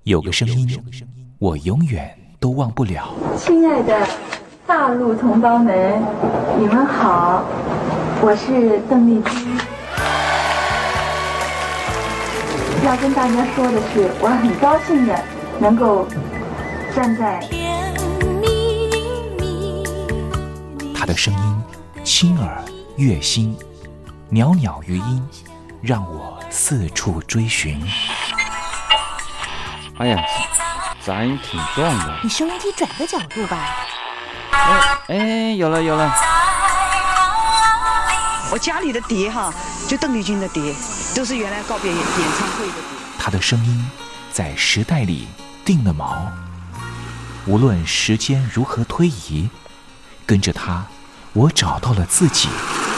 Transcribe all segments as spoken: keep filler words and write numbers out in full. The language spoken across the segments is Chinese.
有个声音，我永远都忘不了。 亲爱的大陆同胞们，你们好，我是邓丽君。要跟大家说的是，我很高兴的能够站在她的声音轻耳悦心，袅袅余音，让我四处追寻。 哎呀，咱挺壮的。 你收音机转个角度吧。 哎哎，有了有了。 我家里的碟哈，就邓丽君的碟，都是原来告别演唱会的碟。 她的声音在时代里定了锚，无论时间如何推移，跟着她，我找到了自己。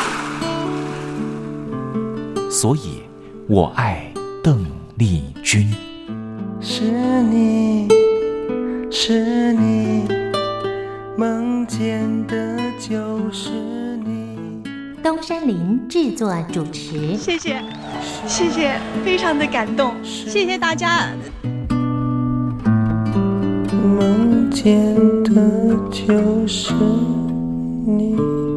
所以，我爱邓丽君。 是你，是你，梦见的就是你。 东山林制作主持， 谢谢，谢谢，非常的感动，谢谢大家。 梦见的就是你。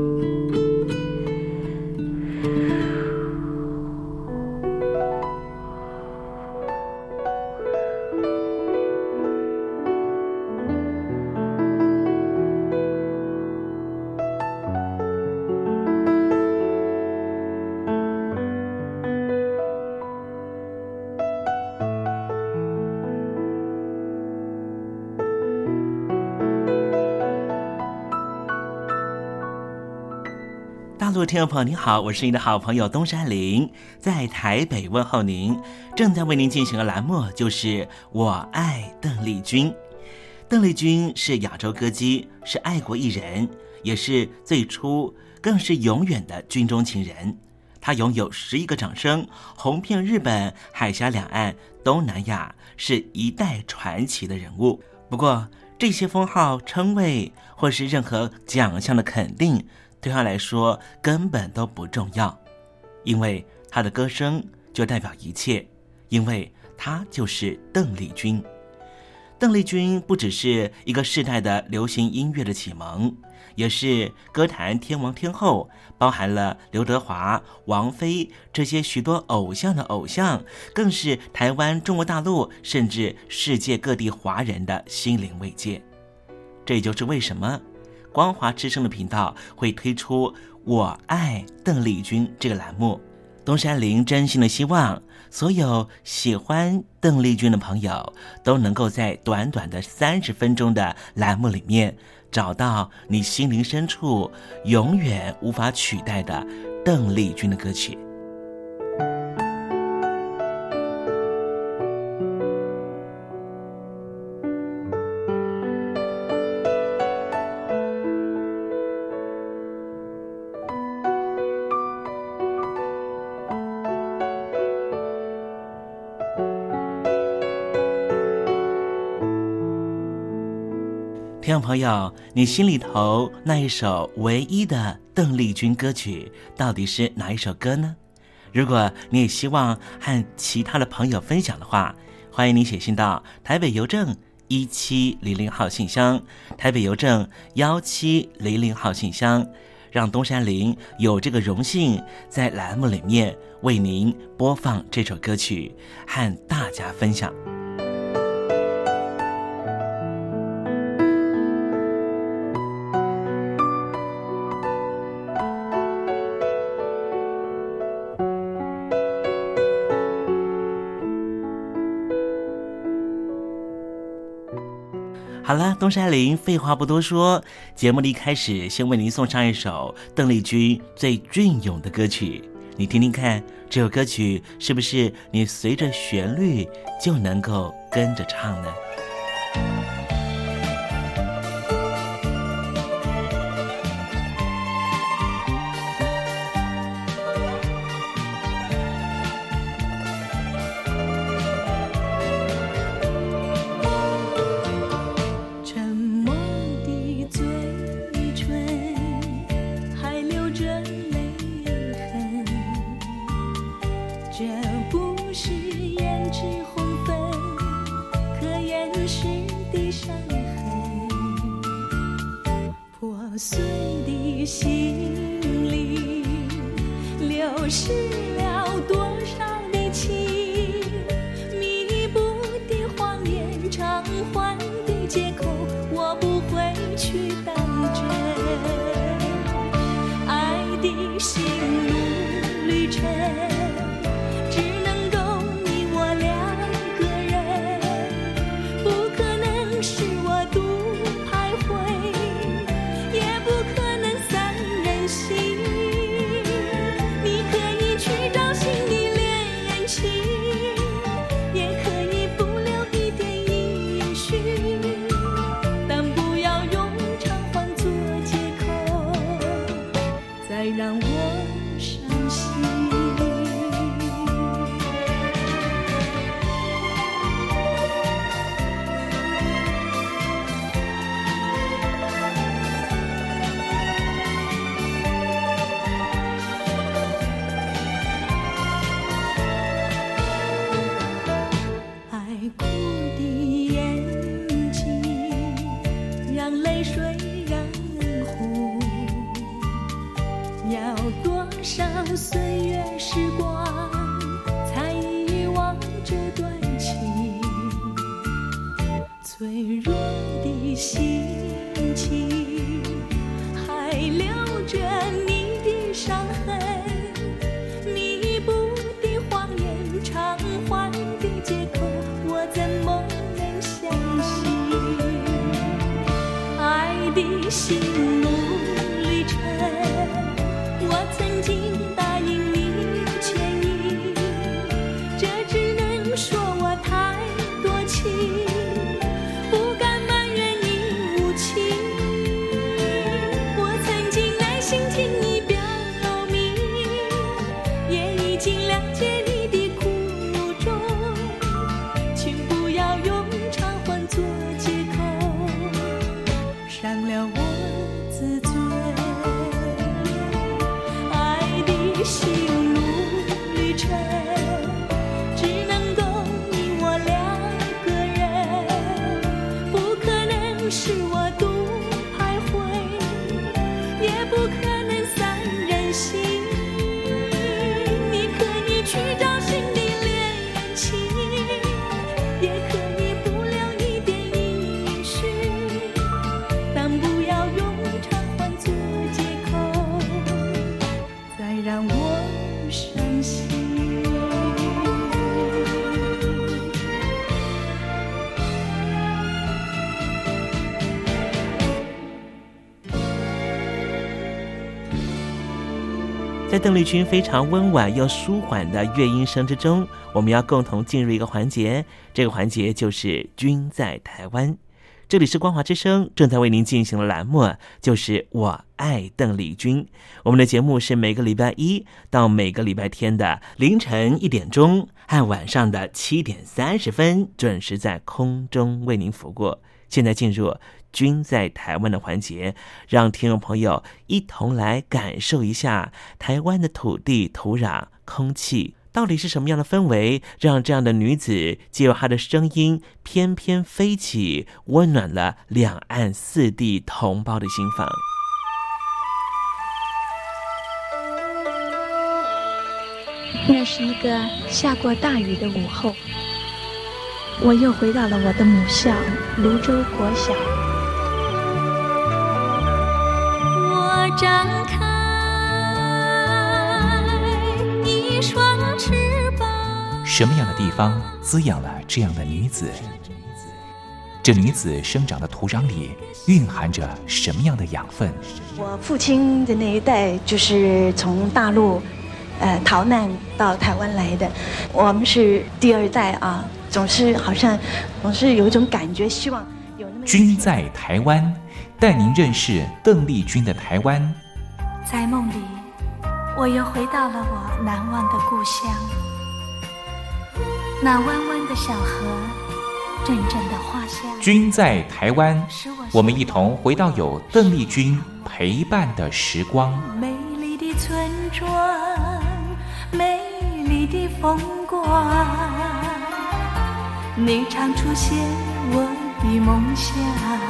大陆听众朋友您好，我是您的好朋友东山林，在台北问候您。正在为您进行的栏目就是我爱邓丽君。邓丽君是亚洲歌姬，是爱国艺人，也是最初更是永远的军中情人。她拥有十一个掌声，红遍日本、海峡两岸、东南亚，是一代传奇的人物。不过这些封号、称谓或是任何奖项的肯定，对他来说根本都不重要，因为他的歌声就代表一切，因为他就是邓丽君。邓丽君不只是一个世代的流行音乐的启蒙，也是歌坛天王天后，包含了刘德华、王菲这些许多偶像的偶像，更是台湾、中国大陆甚至世界各地华人的心灵慰藉。这也就是为什么光华之声的频道会推出我爱邓丽君这个栏目。东山林真心的希望所有喜欢邓丽君的朋友都能够在短短的三十分钟的栏目里面找到你心灵深处永远无法取代的邓丽君的歌曲。听众朋友，你心里头那一首唯一的邓丽君歌曲到底是哪一首歌呢？如果你也希望和其他的朋友分享的话，欢迎你写信到台北邮政一七零零号信箱，台北邮政一七零零号信箱，让东山林有这个荣幸在栏目里面为您播放这首歌曲，和大家分享。好了，东山林废话不多说，节目的一开始先为您送上一首邓丽君最隽永的歌曲，你听听看，这首歌曲是不是你随着旋律就能够跟着唱呢？ 这不是胭脂红粉，可淋湿的伤痕，破碎的心里流失了多少的情，弥补的谎言，偿还的借口，我不会去当真。爱的心路旅程，只能够你我两个人，不可能是我独徘徊，也不可能三人行。你可以去找新的恋情，也可以不留一点音讯，但不要用偿还做借口，再让我伤心。爱哭的眼睛，让泪水染红，要多少岁月时光才遗忘这段情，脆弱的心情还留着你的伤痕，弥补的谎言，偿还的借口，我怎么能相信？爱的心路旅程，我曾经答应你牵引，这只能说我太多情，不敢埋怨你无情。我曾经耐心听你表明，也已经了解你的苦衷，请不要用偿还做借口，伤了我自尊。爱的心路旅程，只能够你我两个人，不可能是我独徘徊，也不可能三人行。你可以去找新的恋情，也可以不留一点音讯，但不要用偿还做借口，再让我伤心。 在邓丽君非常温婉又舒缓的乐音声之中，我们要共同进入一个环节，这个环节就是君在台湾。这里是光华之声正在为您进行的栏目，就是我爱邓丽君。我们的节目是每个礼拜一到每个礼拜天的凌晨一点钟和晚上的七点三十分准时在空中为您服务。现在进入君在台湾的环节，让听众朋友一同来感受一下台湾的土地、土壤、空气到底是什么样的氛围，让这样的女子借由她的声音翩翩飞起，温暖了两岸四地同胞的心房。 那是一个下过大雨的午后，我又回到了我的母校泸州国小。 我张开一双翅膀。 什么样的地方滋养了这样的女子？这女子生长的土壤里蕴含着什么样的养分？ 我父亲的那一代就是从大陆呃逃难到台湾来的，我们是第二代啊，总是好像总是有一种感觉，希望有那么君在台湾，带您认识邓丽君的台湾。 在梦里，我又回到了我难忘的故乡，那弯弯的小河，阵阵的花香。 君在台湾，我们一同回到有邓丽君陪伴的时光。 美丽的村庄，美丽的风光， 你常出现我的梦想。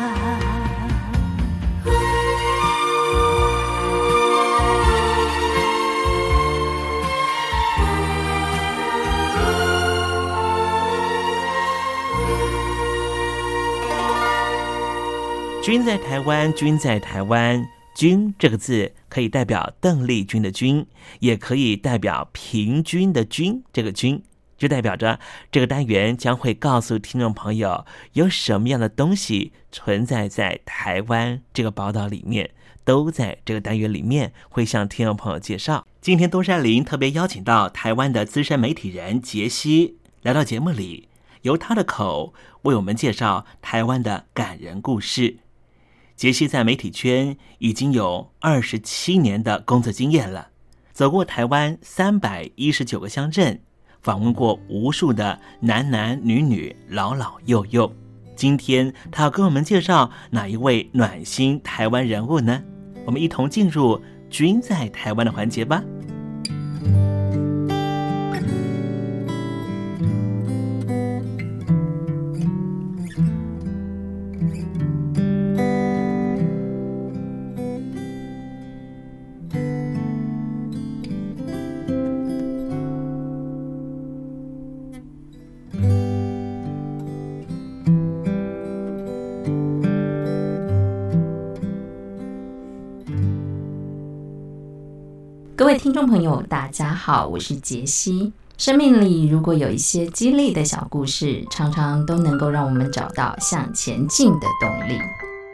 君在台湾，君在台湾。君这个字可以代表邓丽君的君，也可以代表平均的均，这个均就代表着这个单元将会告诉听众朋友有什么样的东西存在在台湾这个宝岛里面，都在这个单元里面会向听众朋友介绍。今天东山林特别邀请到台湾的资深媒体人杰西来到节目里，由他的口为我们介绍台湾的感人故事。杰西在媒体圈已经有二十七年的工作经验了，走过台湾三百一十九个乡镇，访问过无数的男男女女、老老幼幼。今天他要跟我们介绍哪一位暖心台湾人物呢？我们一同进入君在台湾的环节吧。 各位听众朋友大家好，我是杰西。生命里如果有一些激励的小故事，常常都能够让我们找到向前进的动力。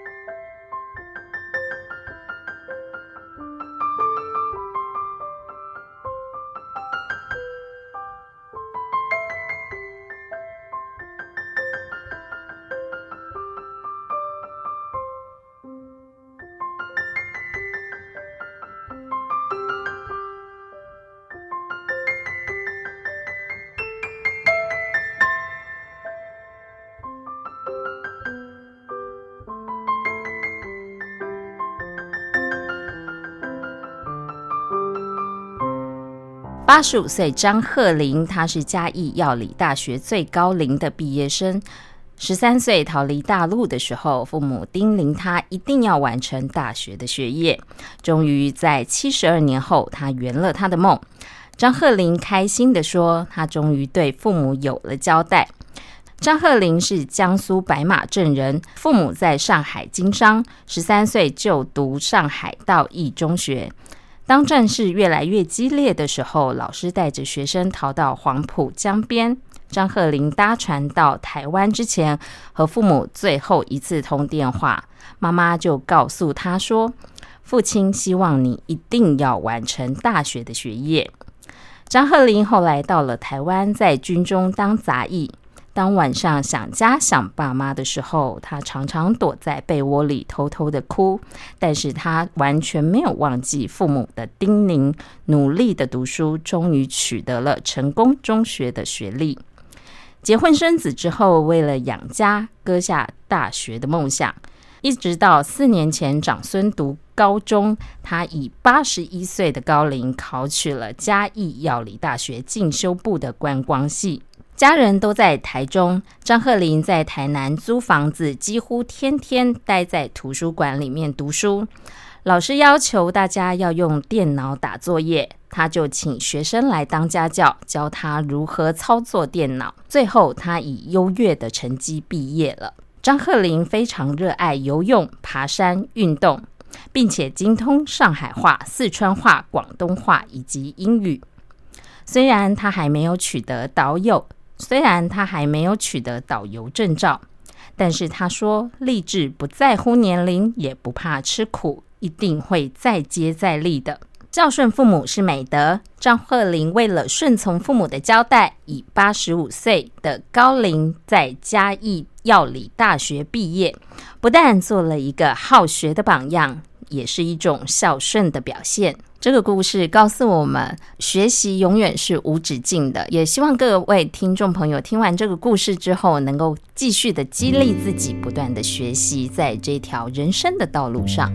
八十五岁张鹤龄，她是嘉义药理大学最高龄的毕业生。十三岁逃离大陆的时候，父母叮咛她一定要完成大学的学业。终于在七十二年后，她圆了她的梦。张鹤龄开心地说，她终于对父母有了交代。张鹤龄是江苏白马镇人，父母在上海经商，十三岁就读上海道义中学。当战事越来越激烈的时候，老师带着学生逃到黄浦江边。张鹤龄搭船到台湾之前，和父母最后一次通电话，妈妈就告诉他说，父亲希望你一定要完成大学的学业。张鹤龄后来到了台湾，在军中当杂役。当晚上想家想爸妈的时候，他常常躲在被窝里偷偷的哭，但是他完全没有忘记父母的叮咛，努力的读书，终于取得了成功中学的学历。结婚生子之后，为了养家，割下大学的梦想，一直到四年前长孙读高中，他以八十一岁的高龄考取了嘉义药理大学进修部的观光系。家人都在台中，张鹤龄在台南租房子，几乎天天待在图书馆里面读书。老师要求大家要用电脑打作业，他就请学生来当家教，教他如何操作电脑。最后他以优越的成绩毕业了。张鹤龄非常热爱游泳、爬山、运动，并且精通上海话、四川话、广东话以及英语。虽然他还没有取得导游虽然他还没有取得导游证照，但是他说立志不在乎年龄，也不怕吃苦，一定会再接再厉的。孝顺父母是美德，张鹤龄为了顺从父母的交代，以八十五岁的高龄在嘉义药理大学毕业，不但做了一个好学的榜样，也是一种孝顺的表现。这个故事告诉我们，学习永远是无止境的，也希望各位听众朋友听完这个故事之后，能够继续的激励自己，不断的学习，在这条人生的道路上。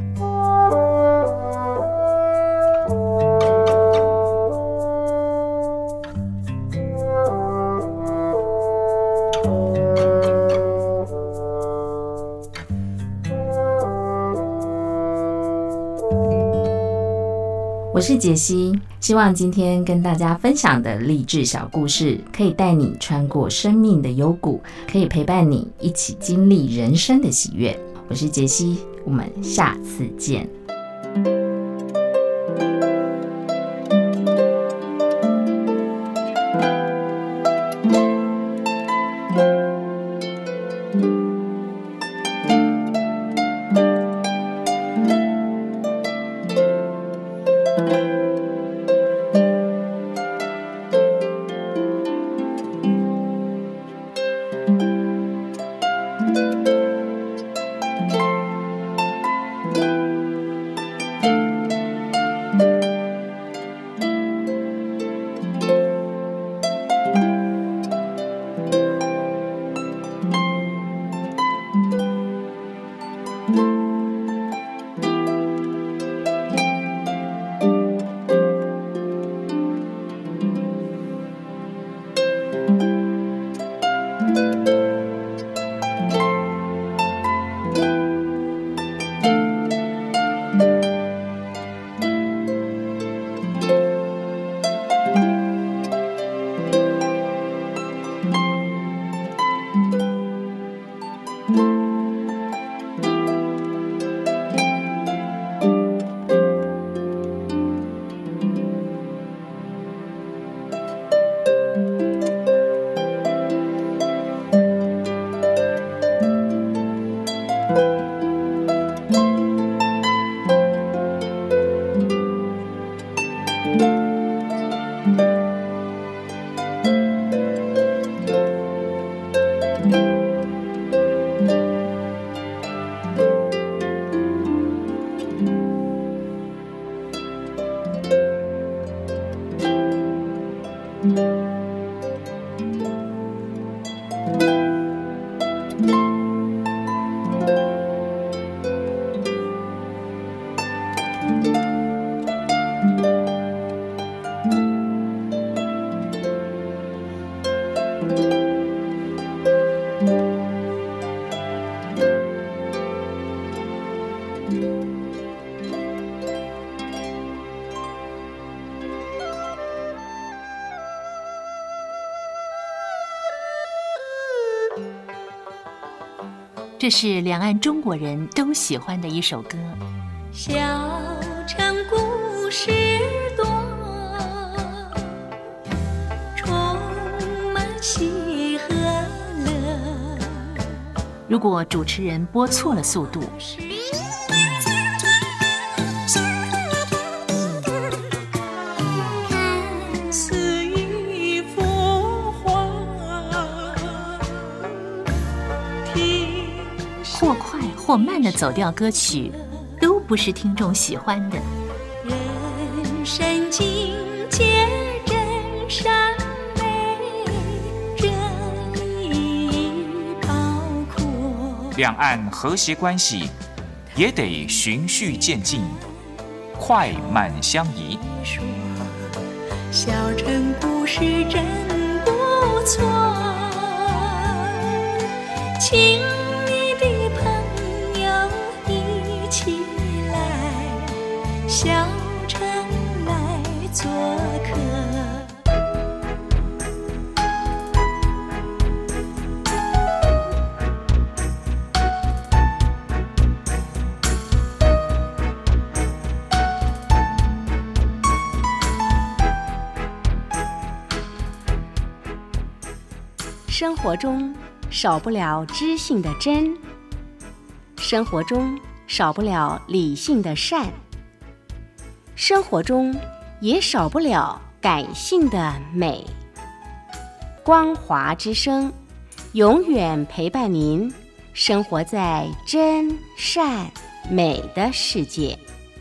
是杰西，希望今天跟大家分享的励志小故事，可以带你穿过生命的幽谷，可以陪伴你一起经历人生的喜悦。我是杰西，我们下次见。 这是两岸中国人都喜欢的一首歌。 小城故事多，充满喜和乐。 如果主持人播错了速度， 看似一幅画， 或快或慢的走调歌曲，都不是听众喜欢的。 人生境界真善美，这里包括两岸和谐关系也得循序渐进，快慢相宜。 小城故事真不错，请你的朋友一起来小城来做客。 生活中少不了知性的真，生活中少不了理性的善，生活中也少不了感性的美。光华之声永远陪伴您生活在真善美的世界。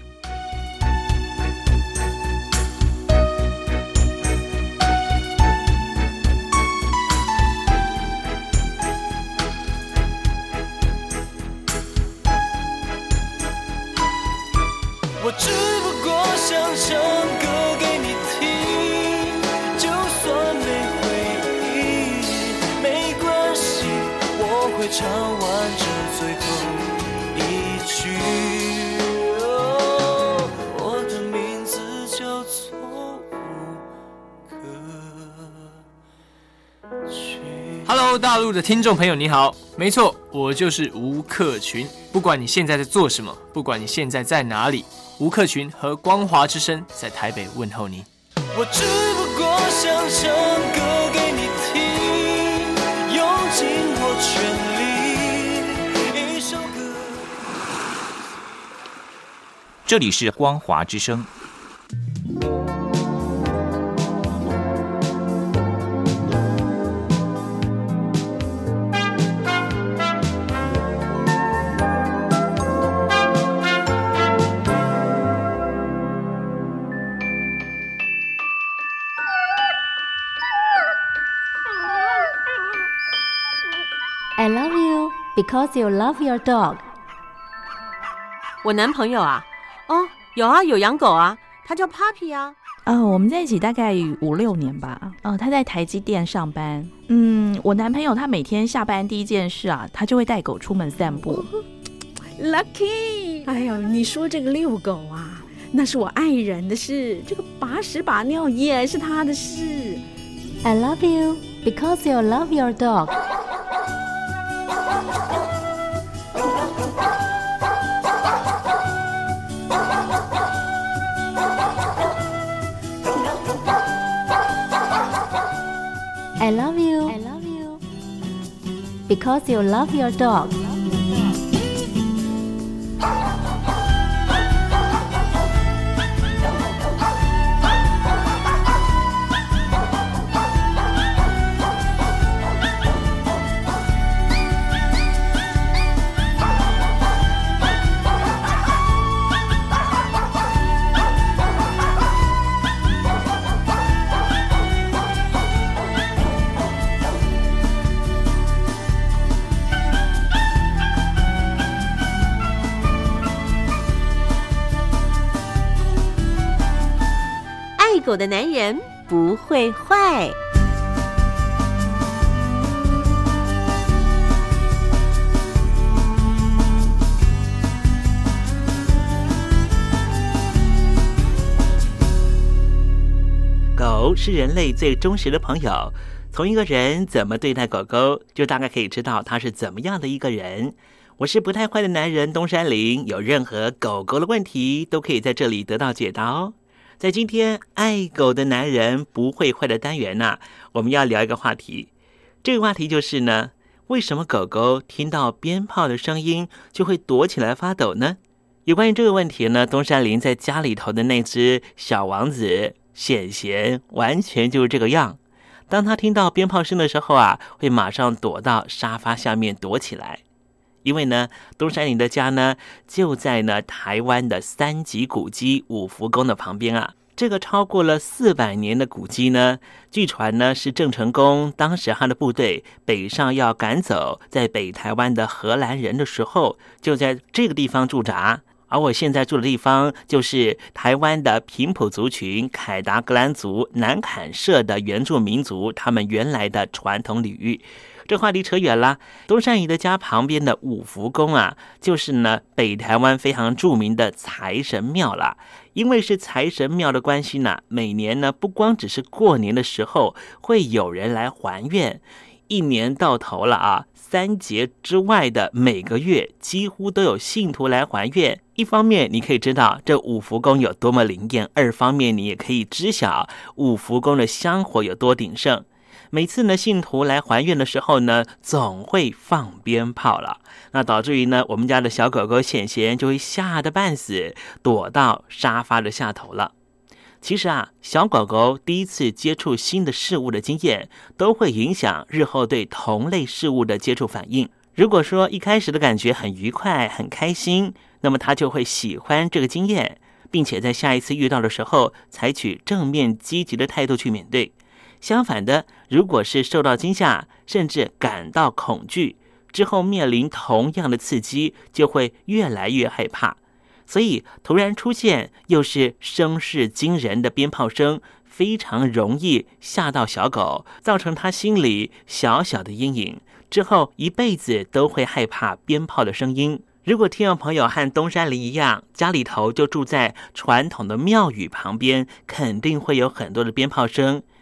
我只不过想唱歌给你听，就算没回应没关系，我会唱完这最后一句。哦，我的名字叫 Hello， 大陆的听众朋友，你好，没错，我就是吴克群。不管你现在在做什么，不管你现在在哪里，吴克群和光华之声在台北问候你。 我只不过想唱歌给你听，用尽我全力，一首歌。 这里是光华之声。 I love you because you love your dog。 我男朋友啊，哦，有啊，有养狗啊，他叫 Papi 啊。 哦，我们在一起大概五六年吧。哦，他在台积电上班。嗯，我男朋友他每天下班第一件事啊，他就会带狗出门散步。 Lucky， 哎呦，你说这个遛狗啊，那是我爱人的事，这个把屎把尿也是他的事。 I love you because you love your dog。I love you. I love you. Because you love your dog. 狗的男人不会坏。 狗是人类最忠实的朋友，从一个人怎么对待狗狗，就大概可以知道他是怎么样的一个人。我是不太坏的男人东山林，有任何狗狗的问题都可以在这里得到解答哦。在今天爱狗的男人不会坏的单元呢、啊，我们要聊一个话题。这个话题就是呢，为什么狗狗听到鞭炮的声音就会躲起来发抖呢？有关于这个问题呢，东山林在家里头的那只小王子显贤完全就是这个样。当他听到鞭炮声的时候啊，会马上躲到沙发下面躲起来。因为呢，东山林的家呢就在呢台湾的三级古迹五福宫的旁边啊。这个超过了四百年的古迹呢，据传呢是郑成功当时他的部队北上要赶走在北台湾的荷兰人的时候，就在这个地方驻扎。而我现在住的地方就是台湾的平埔族群凯达格兰族南坎社的原住民族他们原来的传统领域。这话题扯远了，东山姨的家旁边的五福宫啊，就是呢北台湾非常著名的财神庙了。因为是财神庙的关系呢，每年呢不光只是过年的时候会有人来还愿，一年到头了啊，三节之外的每个月几乎都有信徒来还愿。一方面你可以知道这五福宫有多么灵验，二方面你也可以知晓五福宫的香火有多鼎盛。每次呢，信徒来还愿的时候呢，总会放鞭炮了，那导致于呢，我们家的小狗狗显贤就会吓得半死，躲到沙发的下头了。其实啊，小狗狗第一次接触新的事物的经验，都会影响日后对同类事物的接触反应。如果说一开始的感觉很愉快、很开心，那么它就会喜欢这个经验，并且在下一次遇到的时候，采取正面积极的态度去面对。相反的，如果是受到惊吓，甚至感到恐惧，之后面临同样的刺激，就会越来越害怕。所以突然出现又是声势惊人的鞭炮声，非常容易吓到小狗，造成它心里小小的阴影，之后一辈子都会害怕鞭炮的声音。如果听众朋友和东山林一样，家里头就住在传统的庙宇旁边，肯定会有很多的鞭炮声。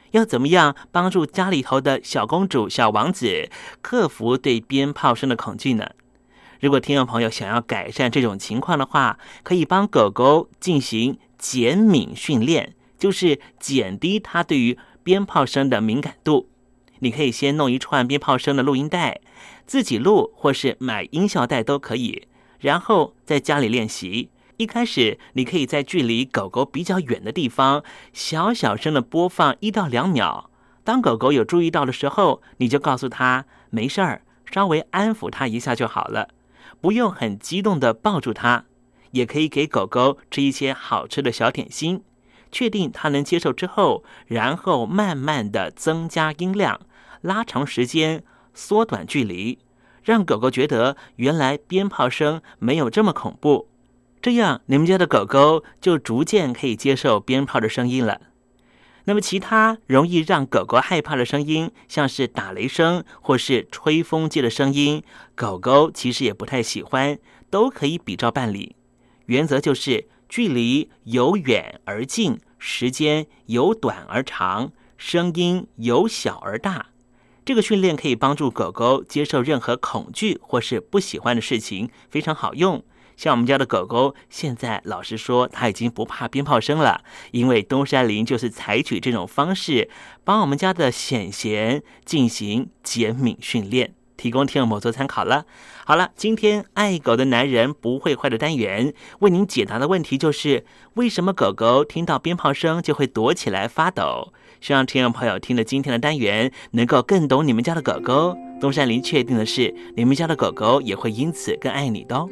要怎么样帮助家里头的小公主、小王子克服对鞭炮声的恐惧呢？如果听众朋友想要改善这种情况的话，可以帮狗狗进行减敏训练，就是减低它对于鞭炮声的敏感度。你可以先弄一串鞭炮声的录音带，自己录或是买音效带都可以，然后在家里练习。一开始你可以在距离狗狗比较远的地方小小声的播放一到两秒，当狗狗有注意到的时候，你就告诉它没事儿，稍微安抚它一下就好了，不用很激动的抱住它。也可以给狗狗吃一些好吃的小点心，确定它能接受之后，然后慢慢的增加音量，拉长时间，缩短距离，让狗狗觉得原来鞭炮声没有这么恐怖。这样你们家的狗狗就逐渐可以接受鞭炮的声音了。那么其他容易让狗狗害怕的声音，像是打雷声或是吹风机的声音，狗狗其实也不太喜欢，都可以比照办理。原则就是距离由远而近，时间由短而长，声音由小而大。这个训练可以帮助狗狗接受任何恐惧或是不喜欢的事情，非常好用。像我们家的狗狗，现在老实说，它已经不怕鞭炮声了，因为东山林就是采取这种方式，帮我们家的显贤进行减敏训练，提供听众朋友做参考了。好了，今天爱狗的男人不会坏的单元，为您解答的问题就是：为什么狗狗听到鞭炮声就会躲起来发抖？希望听众朋友听了今天的单元，能够更懂你们家的狗狗。东山林确定的是，你们家的狗狗也会因此更爱你的哦。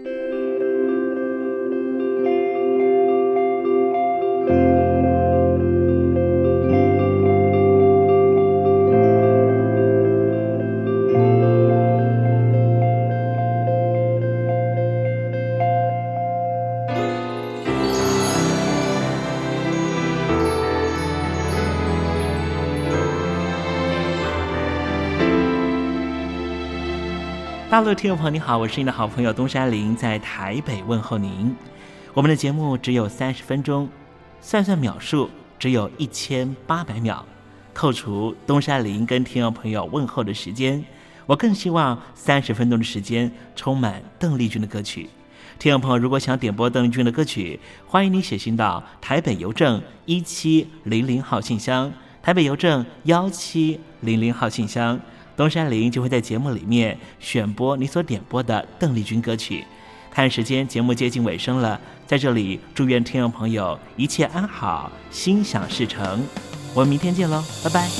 大陆听众朋友你好，我是你的好朋友东山林，在台北问候您。我们的节目只有三十分钟，算算秒数只有一千八百秒，扣除东山林跟听众朋友问候的时间，我更希望三十分钟的时间充满邓丽君的歌曲。听众朋友如果想点播邓丽君的歌曲，欢迎你写信到台北邮政一七零零号信箱，台北邮政一七零零号信箱，东山林就会在节目里面选播你所点播的邓丽君歌曲。看时间，节目接近尾声了，在这里祝愿听众朋友一切安好，心想事成。我们明天见喽，拜拜。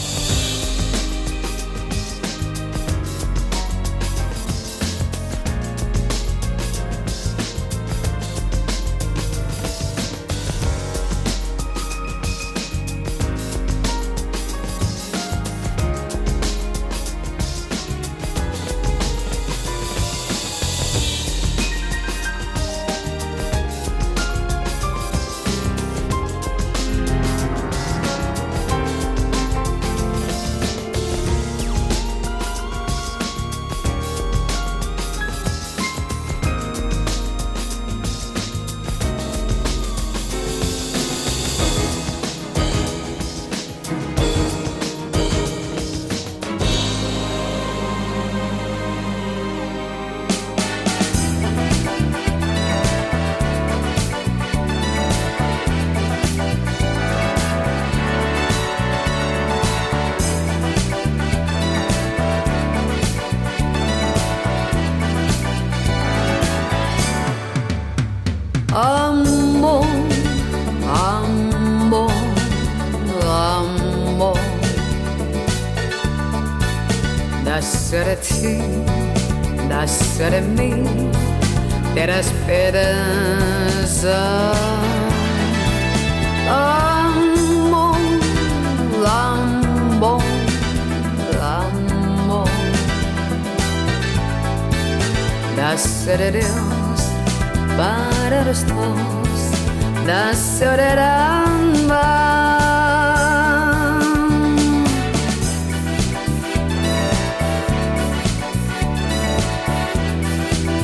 Amor, amor, amor. Nasce de ti, nasce de mí, de la esperanza. Amor, amor, amor. Nasce de Dios para los dos, nació del alma.